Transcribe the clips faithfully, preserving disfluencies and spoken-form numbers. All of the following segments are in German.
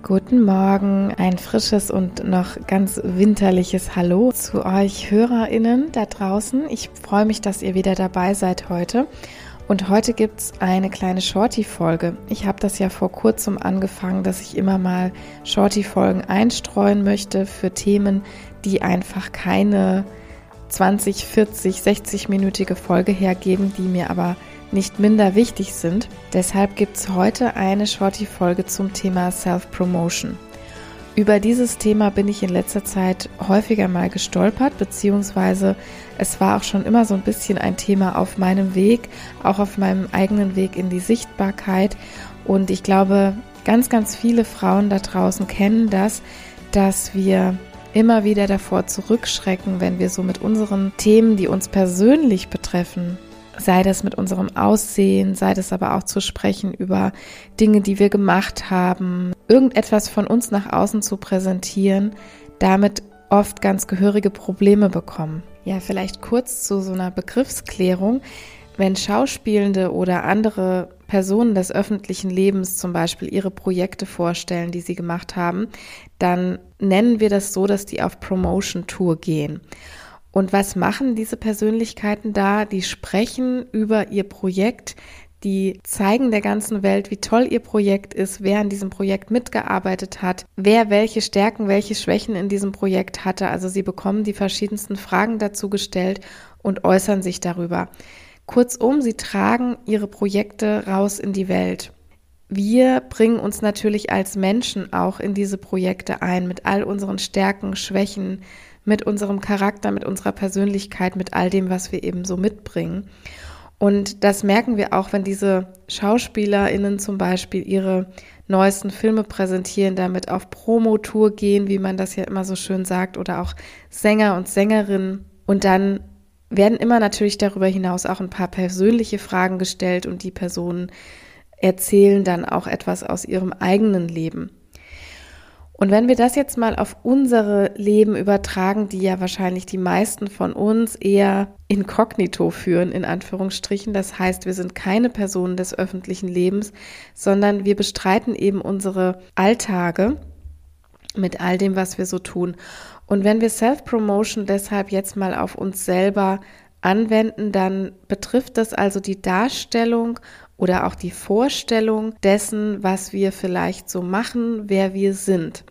Guten Morgen, ein frisches und noch ganz winterliches Hallo zu euch HörerInnen da draußen. Ich freue mich, dass ihr wieder dabei seid heute. Und heute gibt es eine kleine Shorty-Folge. Ich habe das ja vor kurzem angefangen, dass ich immer mal Shorty-Folgen einstreuen möchte für Themen, die einfach keine zwanzig, vierzig, sechzig-minütige Folge hergeben, die mir aber nicht minder wichtig sind. Deshalb gibt es heute eine Shorty-Folge zum Thema Self-Promotion. Über dieses Thema bin ich in letzter Zeit häufiger mal gestolpert, beziehungsweise es war auch schon immer so ein bisschen ein Thema auf meinem Weg, auch auf meinem eigenen Weg in die Sichtbarkeit. Und ich glaube, ganz, ganz viele Frauen da draußen kennen das, dass wir immer wieder davor zurückschrecken, wenn wir so mit unseren Themen, die uns persönlich betreffen, sei das mit unserem Aussehen, sei das aber auch zu sprechen über Dinge, die wir gemacht haben, irgendetwas von uns nach außen zu präsentieren, damit oft ganz gehörige Probleme bekommen. Ja, vielleicht kurz zu so einer Begriffsklärung. Wenn Schauspielende oder andere Personen des öffentlichen Lebens zum Beispiel ihre Projekte vorstellen, die sie gemacht haben, dann nennen wir das so, dass die auf Promotion-Tour gehen. Und was machen diese Persönlichkeiten da? Die sprechen über ihr Projekt, die zeigen der ganzen Welt, wie toll ihr Projekt ist, wer an diesem Projekt mitgearbeitet hat, wer welche Stärken, welche Schwächen in diesem Projekt hatte. Also sie bekommen die verschiedensten Fragen dazu gestellt und äußern sich darüber. Kurzum, sie tragen ihre Projekte raus in die Welt. Wir bringen uns natürlich als Menschen auch in diese Projekte ein, mit all unseren Stärken, Schwächen, mit unserem Charakter, mit unserer Persönlichkeit, mit all dem, was wir eben so mitbringen. Und das merken wir auch, wenn diese SchauspielerInnen zum Beispiel ihre neuesten Filme präsentieren, damit auf Promotour gehen, wie man das ja immer so schön sagt, oder auch Sänger und Sängerinnen. Und dann werden immer natürlich darüber hinaus auch ein paar persönliche Fragen gestellt und die Personen erzählen dann auch etwas aus ihrem eigenen Leben. Und wenn wir das jetzt mal auf unsere Leben übertragen, die ja wahrscheinlich die meisten von uns eher inkognito führen, in Anführungsstrichen, das heißt, wir sind keine Personen des öffentlichen Lebens, sondern wir bestreiten eben unsere Alltage mit all dem, was wir so tun. Und wenn wir Self-Promotion deshalb jetzt mal auf uns selber anwenden, dann betrifft das also die Darstellung oder auch die Vorstellung dessen, was wir vielleicht so machen, wer wir sind.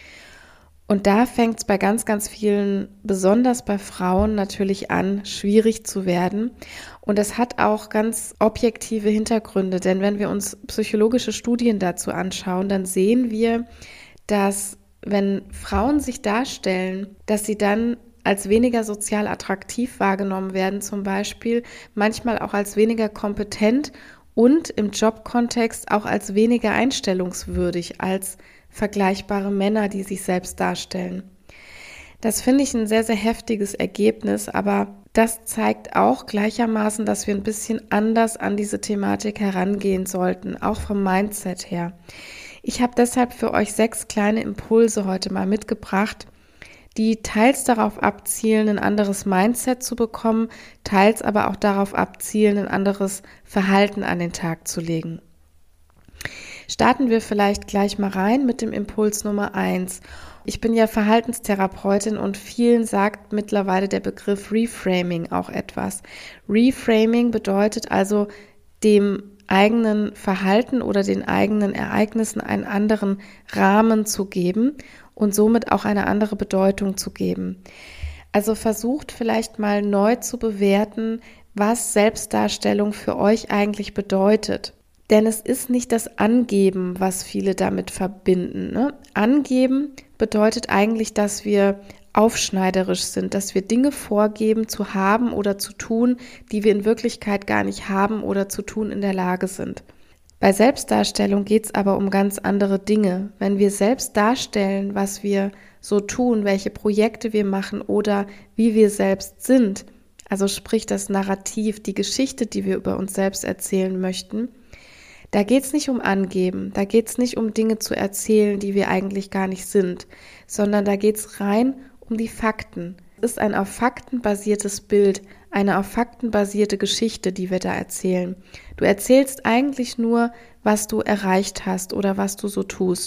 Und da fängt es bei ganz, ganz vielen, besonders bei Frauen, natürlich an, schwierig zu werden. Und das hat auch ganz objektive Hintergründe, denn wenn wir uns psychologische Studien dazu anschauen, dann sehen wir, dass wenn Frauen sich darstellen, dass sie dann als weniger sozial attraktiv wahrgenommen werden, zum Beispiel manchmal auch als weniger kompetent und im Jobkontext auch als weniger einstellungswürdig als vergleichbare Männer, die sich selbst darstellen. Das finde ich ein sehr, sehr heftiges Ergebnis, aber das zeigt auch gleichermaßen, dass wir ein bisschen anders an diese Thematik herangehen sollten, auch vom Mindset her. Ich habe deshalb für euch sechs kleine Impulse heute mal mitgebracht, die teils darauf abzielen, ein anderes Mindset zu bekommen, teils aber auch darauf abzielen, ein anderes Verhalten an den Tag zu legen. Starten wir vielleicht gleich mal rein mit dem Impuls Nummer eins. Ich bin ja Verhaltenstherapeutin und vielen sagt mittlerweile der Begriff Reframing auch etwas. Reframing bedeutet also, dem eigenen Verhalten oder den eigenen Ereignissen einen anderen Rahmen zu geben und somit auch eine andere Bedeutung zu geben. Also versucht vielleicht mal neu zu bewerten, was Selbstdarstellung für euch eigentlich bedeutet. Denn es ist nicht das Angeben, was viele damit verbinden. Ne? Angeben bedeutet eigentlich, dass wir aufschneiderisch sind, dass wir Dinge vorgeben zu haben oder zu tun, die wir in Wirklichkeit gar nicht haben oder zu tun in der Lage sind. Bei Selbstdarstellung geht es aber um ganz andere Dinge. Wenn wir selbst darstellen, was wir so tun, welche Projekte wir machen oder wie wir selbst sind, also sprich das Narrativ, die Geschichte, die wir über uns selbst erzählen möchten, da geht es nicht um Angeben, da geht es nicht um Dinge zu erzählen, die wir eigentlich gar nicht sind, sondern da geht es rein um die Fakten. Es ist ein auf Fakten basiertes Bild, eine auf Fakten basierte Geschichte, die wir da erzählen. Du erzählst eigentlich nur, was du erreicht hast oder was du so tust.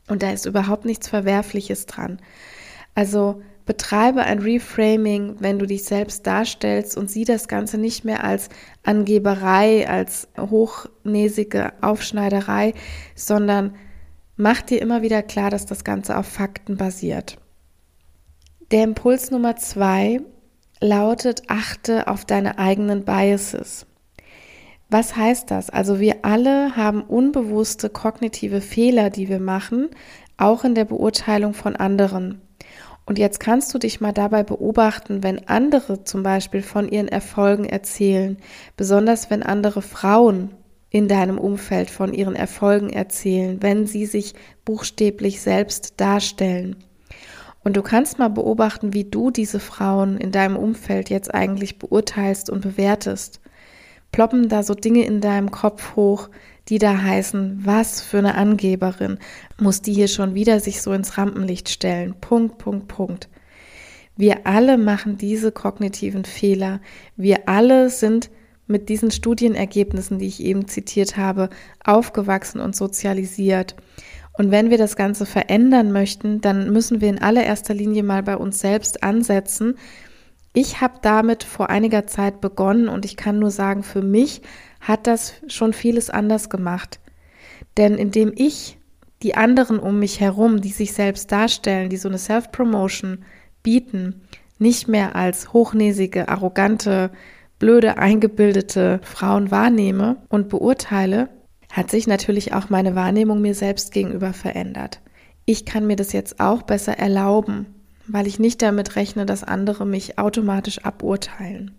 Und da ist überhaupt nichts Verwerfliches dran. Also betreibe ein Reframing, wenn du dich selbst darstellst und sieh das Ganze nicht mehr als Angeberei, als hochnäsige Aufschneiderei, sondern mach dir immer wieder klar, dass das Ganze auf Fakten basiert. Der Impuls Nummer zwei lautet, achte auf deine eigenen Biases. Was heißt das? Also wir alle haben unbewusste kognitive Fehler, die wir machen, auch in der Beurteilung von anderen. Und jetzt kannst du dich mal dabei beobachten, wenn andere zum Beispiel von ihren Erfolgen erzählen, besonders wenn andere Frauen in deinem Umfeld von ihren Erfolgen erzählen, wenn sie sich buchstäblich selbst darstellen. Und du kannst mal beobachten, wie du diese Frauen in deinem Umfeld jetzt eigentlich beurteilst und bewertest. Ploppen da so Dinge in deinem Kopf hoch, die da heißen, was für eine Angeberin, muss die hier schon wieder sich so ins Rampenlicht stellen, Punkt, Punkt, Punkt. Wir alle machen diese kognitiven Fehler, wir alle sind mit diesen Studienergebnissen, die ich eben zitiert habe, aufgewachsen und sozialisiert. Und wenn wir das Ganze verändern möchten, dann müssen wir in allererster Linie mal bei uns selbst ansetzen. Ich habe damit vor einiger Zeit begonnen und ich kann nur sagen, für mich hat das schon vieles anders gemacht. Denn indem ich die anderen um mich herum, die sich selbst darstellen, die so eine Self-Promotion bieten, nicht mehr als hochnäsige, arrogante, blöde, eingebildete Frauen wahrnehme und beurteile, hat sich natürlich auch meine Wahrnehmung mir selbst gegenüber verändert. Ich kann mir das jetzt auch besser erlauben, weil ich nicht damit rechne, dass andere mich automatisch aburteilen.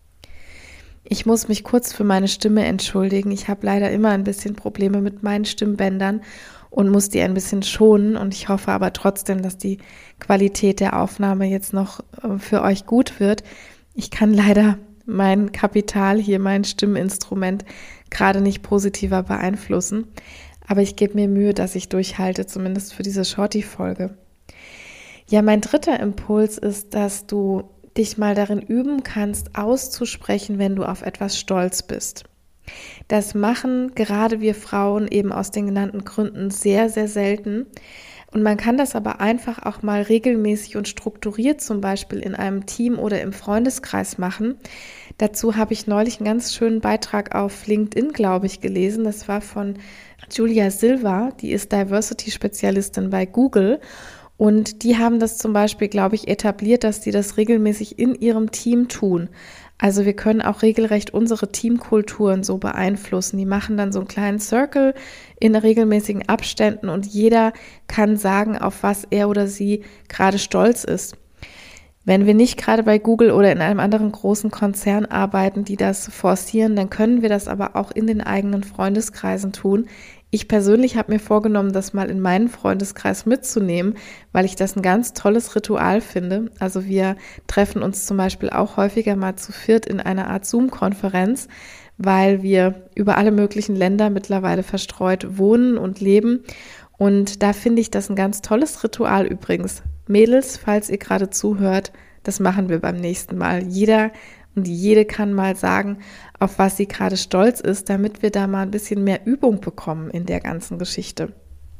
Ich muss mich kurz für meine Stimme entschuldigen. Ich habe leider immer ein bisschen Probleme mit meinen Stimmbändern und muss die ein bisschen schonen. Und ich hoffe aber trotzdem, dass die Qualität der Aufnahme jetzt noch für euch gut wird. Ich kann leider mein Kapital hier, mein Stimminstrument, gerade nicht positiver beeinflussen. Aber ich gebe mir Mühe, dass ich durchhalte, zumindest für diese Shorty-Folge. Ja, mein dritter Impuls ist, dass du dich mal darin üben kannst, auszusprechen, wenn du auf etwas stolz bist. Das machen gerade wir Frauen eben aus den genannten Gründen sehr, sehr selten. Und man kann das aber einfach auch mal regelmäßig und strukturiert zum Beispiel in einem Team oder im Freundeskreis machen. Dazu habe ich neulich einen ganz schönen Beitrag auf LinkedIn, glaube ich, gelesen. Das war von Julia Silva, die ist Diversity-Spezialistin bei Google. Und die haben das zum Beispiel, glaube ich, etabliert, dass die das regelmäßig in ihrem Team tun. Also wir können auch regelrecht unsere Teamkulturen so beeinflussen. Die machen dann so einen kleinen Circle in regelmäßigen Abständen und jeder kann sagen, auf was er oder sie gerade stolz ist. Wenn wir nicht gerade bei Google oder in einem anderen großen Konzern arbeiten, die das forcieren, dann können wir das aber auch in den eigenen Freundeskreisen tun. Ich persönlich habe mir vorgenommen, das mal in meinen Freundeskreis mitzunehmen, weil ich das ein ganz tolles Ritual finde. Also wir treffen uns zum Beispiel auch häufiger mal zu viert in einer Art Zoom-Konferenz, weil wir über alle möglichen Länder mittlerweile verstreut wohnen und leben. Und da finde ich das ein ganz tolles Ritual übrigens. Mädels, falls ihr gerade zuhört, das machen wir beim nächsten Mal. Jeder und jede kann mal sagen, auf was sie gerade stolz ist, damit wir da mal ein bisschen mehr Übung bekommen in der ganzen Geschichte.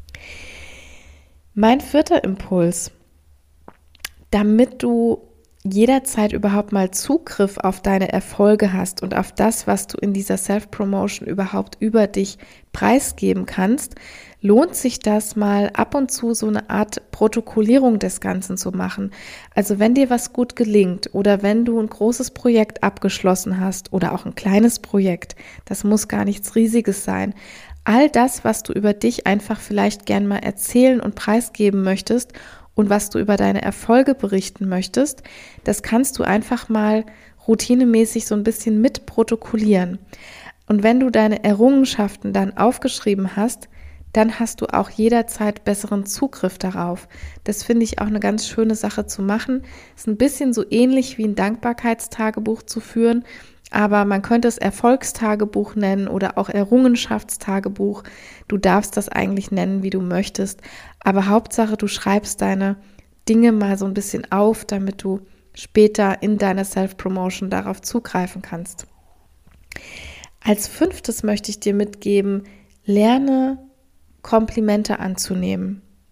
Mein vierter Impuls, damit du jederzeit überhaupt mal Zugriff auf deine Erfolge hast und auf das, was du in dieser Self-Promotion überhaupt über dich preisgeben kannst, lohnt sich das mal ab und zu so eine Art Protokollierung des Ganzen zu machen. Also wenn dir was gut gelingt oder wenn du ein großes Projekt abgeschlossen hast oder auch ein kleines Projekt, das muss gar nichts Riesiges sein. All das, was du über dich einfach vielleicht gern mal erzählen und preisgeben möchtest und was du über deine Erfolge berichten möchtest, das kannst du einfach mal routinemäßig so ein bisschen mit protokollieren. Und wenn du deine Errungenschaften dann aufgeschrieben hast, dann hast du auch jederzeit besseren Zugriff darauf. Das finde ich auch eine ganz schöne Sache zu machen. Ist ein bisschen so ähnlich wie ein Dankbarkeitstagebuch zu führen, aber man könnte es Erfolgstagebuch nennen oder auch Errungenschaftstagebuch. Du darfst das eigentlich nennen, wie du möchtest, aber Hauptsache, du schreibst deine Dinge mal so ein bisschen auf, damit du später in deiner Self-Promotion darauf zugreifen kannst. Als fünftes möchte ich dir mitgeben, lerne Komplimente anzunehmen.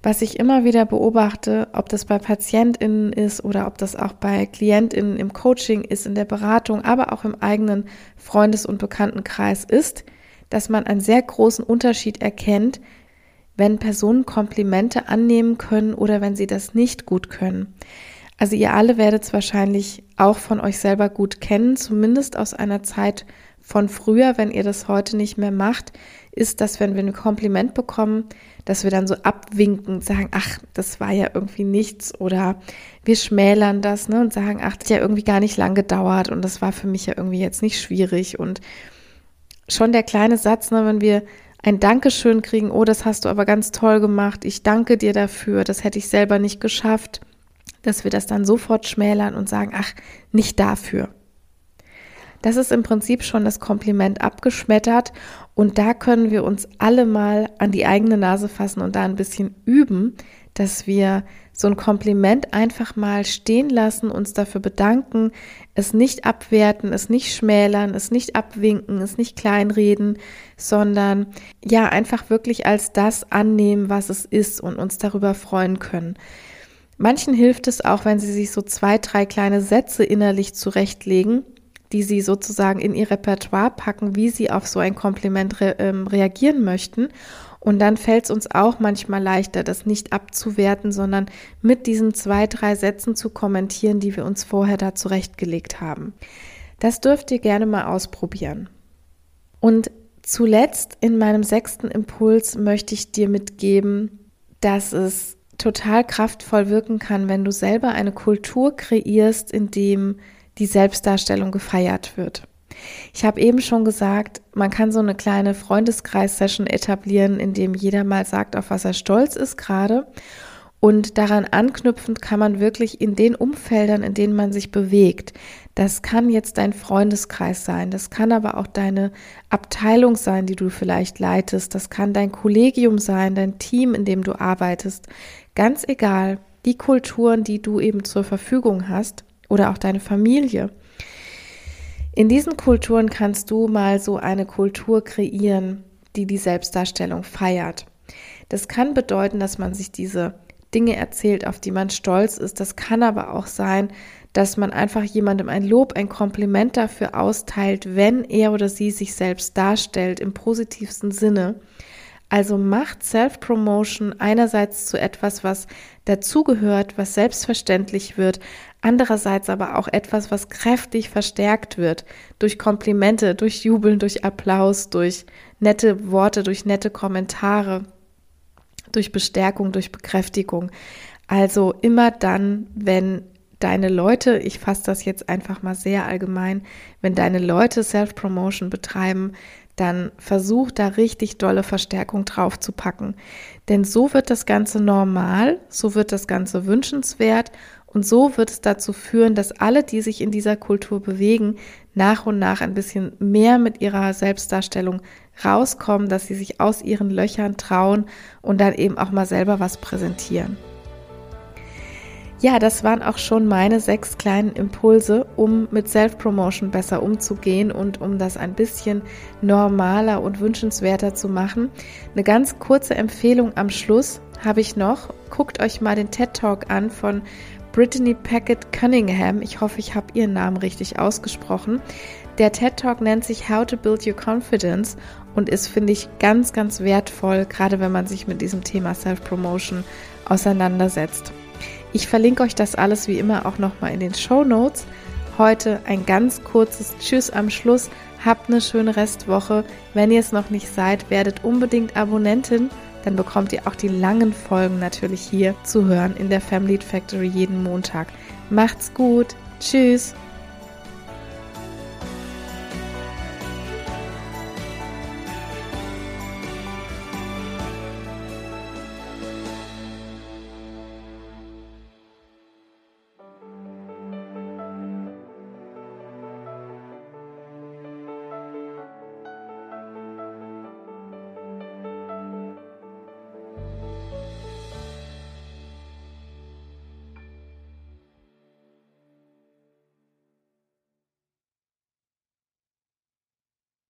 was ich immer wieder beobachte, ob das bei PatientInnen ist oder ob das auch bei KlientInnen im Coaching ist, in der Beratung, aber auch im eigenen Freundes- und Bekanntenkreis ist, dass man einen sehr großen Unterschied erkennt, wenn Personen Komplimente annehmen können oder wenn sie das nicht gut können. Also ihr alle werdet es wahrscheinlich auch von euch selber gut kennen, zumindest aus einer Zeit von früher, wenn ihr das heute nicht mehr macht, ist, dass wenn wir ein Kompliment bekommen, dass wir dann so abwinken, sagen, ach, das war ja irgendwie nichts oder wir schmälern das, ne, und sagen, ach, das hat ja irgendwie gar nicht lang gedauert und das war für mich ja irgendwie jetzt nicht schwierig. Und schon der kleine Satz, ne, wenn wir ein Dankeschön kriegen, oh, das hast du aber ganz toll gemacht, ich danke dir dafür, das hätte ich selber nicht geschafft, dass wir das dann sofort schmälern und sagen, ach, nicht dafür. Das ist im Prinzip schon das Kompliment abgeschmettert und da können wir uns alle mal an die eigene Nase fassen und da ein bisschen üben, dass wir so ein Kompliment einfach mal stehen lassen, uns dafür bedanken, es nicht abwerten, es nicht schmälern, es nicht abwinken, es nicht kleinreden, sondern ja, einfach wirklich als das annehmen, was es ist und uns darüber freuen können. Manchen hilft es auch, wenn sie sich so zwei, drei kleine Sätze innerlich zurechtlegen, die sie sozusagen in ihr Repertoire packen, wie sie auf so ein Kompliment re- ähm, reagieren möchten. Und dann fällt es uns auch manchmal leichter, das nicht abzuwerten, sondern mit diesen zwei, drei Sätzen zu kommentieren, die wir uns vorher da zurechtgelegt haben. Das dürft ihr gerne mal ausprobieren. Und zuletzt in meinem sechsten Impuls möchte ich dir mitgeben, dass es total kraftvoll wirken kann, wenn du selber eine Kultur kreierst, in dem die Selbstdarstellung gefeiert wird. Ich habe eben schon gesagt, man kann so eine kleine Freundeskreis-Session etablieren, in dem jeder mal sagt, auf was er stolz ist gerade. Und daran anknüpfend kann man wirklich in den Umfeldern, in denen man sich bewegt, das kann jetzt dein Freundeskreis sein, das kann aber auch deine Abteilung sein, die du vielleicht leitest, das kann dein Kollegium sein, dein Team, in dem du arbeitest, ganz egal, die Kulturen, die du eben zur Verfügung hast oder auch deine Familie. In diesen Kulturen kannst du mal so eine Kultur kreieren, die die Selbstdarstellung feiert. Das kann bedeuten, dass man sich diese Dinge erzählt, auf die man stolz ist. Das kann aber auch sein, dass man einfach jemandem ein Lob, ein Kompliment dafür austeilt, wenn er oder sie sich selbst darstellt, im positivsten Sinne. Also macht Self-Promotion einerseits zu etwas, was dazugehört, was selbstverständlich wird, andererseits aber auch etwas, was kräftig verstärkt wird durch Komplimente, durch Jubeln, durch Applaus, durch nette Worte, durch nette Kommentare, durch Bestärkung, durch Bekräftigung. Also immer dann, wenn deine Leute, ich fasse das jetzt einfach mal sehr allgemein, wenn deine Leute Self-Promotion betreiben, dann versuch da richtig dolle Verstärkung drauf zu packen. Denn so wird das Ganze normal, so wird das Ganze wünschenswert und so wird es dazu führen, dass alle, die sich in dieser Kultur bewegen, nach und nach ein bisschen mehr mit ihrer Selbstdarstellung rauskommen, dass sie sich aus ihren Löchern trauen und dann eben auch mal selber was präsentieren. Ja, das waren auch schon meine sechs kleinen Impulse, um mit Self-Promotion besser umzugehen und um das ein bisschen normaler und wünschenswerter zu machen. Eine ganz kurze Empfehlung am Schluss habe ich noch. Guckt euch mal den TED-Talk an von Brittany Packett Cunningham. Ich hoffe, ich habe ihren Namen richtig ausgesprochen. Der TED-Talk nennt sich How to Build Your Confidence und ist, finde ich, ganz, ganz wertvoll, gerade wenn man sich mit diesem Thema Self-Promotion auseinandersetzt. Ich verlinke euch das alles wie immer auch nochmal in den Shownotes. Heute ein ganz kurzes Tschüss am Schluss. Habt eine schöne Restwoche. Wenn ihr es noch nicht seid, werdet unbedingt Abonnentin. Dann bekommt ihr auch die langen Folgen natürlich hier zu hören in der Family Factory jeden Montag. Macht's gut. Tschüss.